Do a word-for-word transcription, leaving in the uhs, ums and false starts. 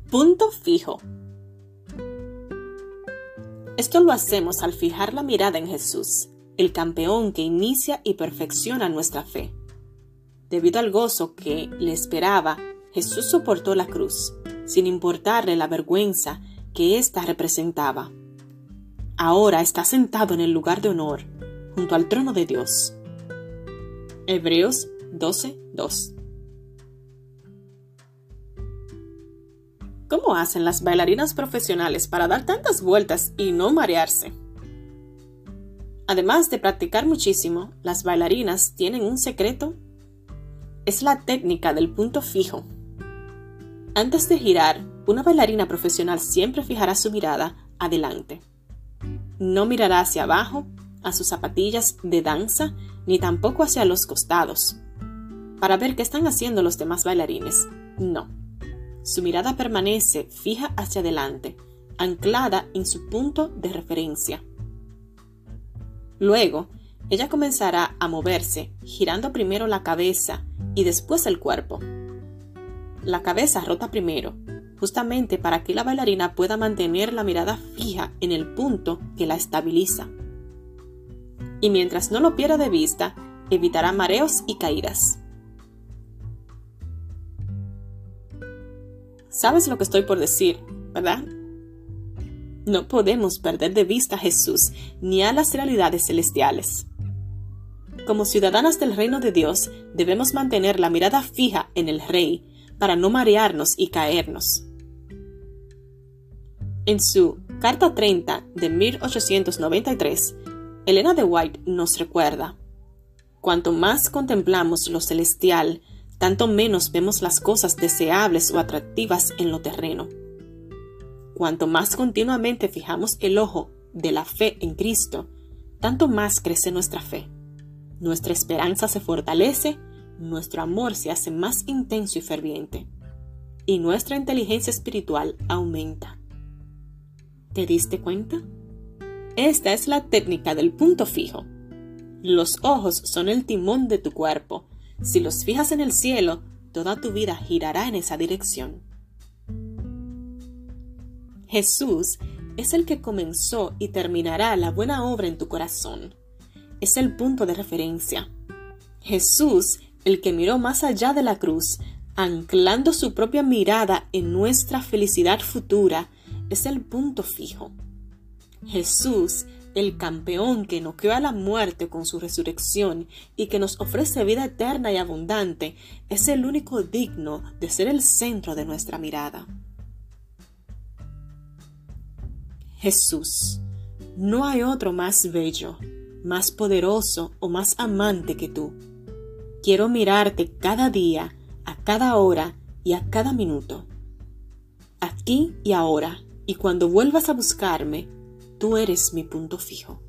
Punto fijo. Esto lo hacemos al fijar la mirada en Jesús, el campeón que inicia y perfecciona nuestra fe. Debido al gozo que le esperaba, Jesús soportó la cruz, sin importarle la vergüenza que ésta representaba. Ahora está sentado en el lugar de honor, junto al trono de Dios. Hebreos doce dos. ¿Cómo hacen las bailarinas profesionales para dar tantas vueltas y no marearse? Además de practicar muchísimo, las bailarinas tienen un secreto. Es la técnica del punto fijo. Antes de girar, una bailarina profesional siempre fijará su mirada adelante. No mirará hacia abajo, a sus zapatillas de danza, ni tampoco hacia los costados, para ver qué están haciendo los demás bailarines. No. Su mirada permanece fija hacia adelante, anclada en su punto de referencia. Luego, ella comenzará a moverse, girando primero la cabeza y después el cuerpo. La cabeza rota primero, justamente para que la bailarina pueda mantener la mirada fija en el punto que la estabiliza. Y mientras no lo pierda de vista, evitará mareos y caídas. ¿Sabes lo que estoy por decir, verdad? No podemos perder de vista a Jesús ni a las realidades celestiales. Como ciudadanas del reino de Dios, debemos mantener la mirada fija en el Rey para no marearnos y caernos. En su Carta treinta de mil ochocientos noventa y tres, Elena de White nos recuerda: cuanto más contemplamos lo celestial, tanto menos vemos las cosas deseables o atractivas en lo terreno. Cuanto más continuamente fijamos el ojo de la fe en Cristo, tanto más crece nuestra fe. Nuestra esperanza se fortalece, nuestro amor se hace más intenso y ferviente, y nuestra inteligencia espiritual aumenta. ¿Te diste cuenta? Esta es la técnica del punto fijo. Los ojos son el timón de tu cuerpo. Si los fijas en el cielo, toda tu vida girará en esa dirección. Jesús es el que comenzó y terminará la buena obra en tu corazón. Es el punto de referencia. Jesús, el que miró más allá de la cruz, anclando su propia mirada en nuestra felicidad futura, es el punto fijo. Jesús, el campeón que noqueó a la muerte con su resurrección y que nos ofrece vida eterna y abundante, es el único digno de ser el centro de nuestra mirada. Jesús, no hay otro más bello, más poderoso o más amante que tú. Quiero mirarte cada día, a cada hora y a cada minuto. Aquí y ahora, y cuando vuelvas a buscarme, tú eres mi punto fijo.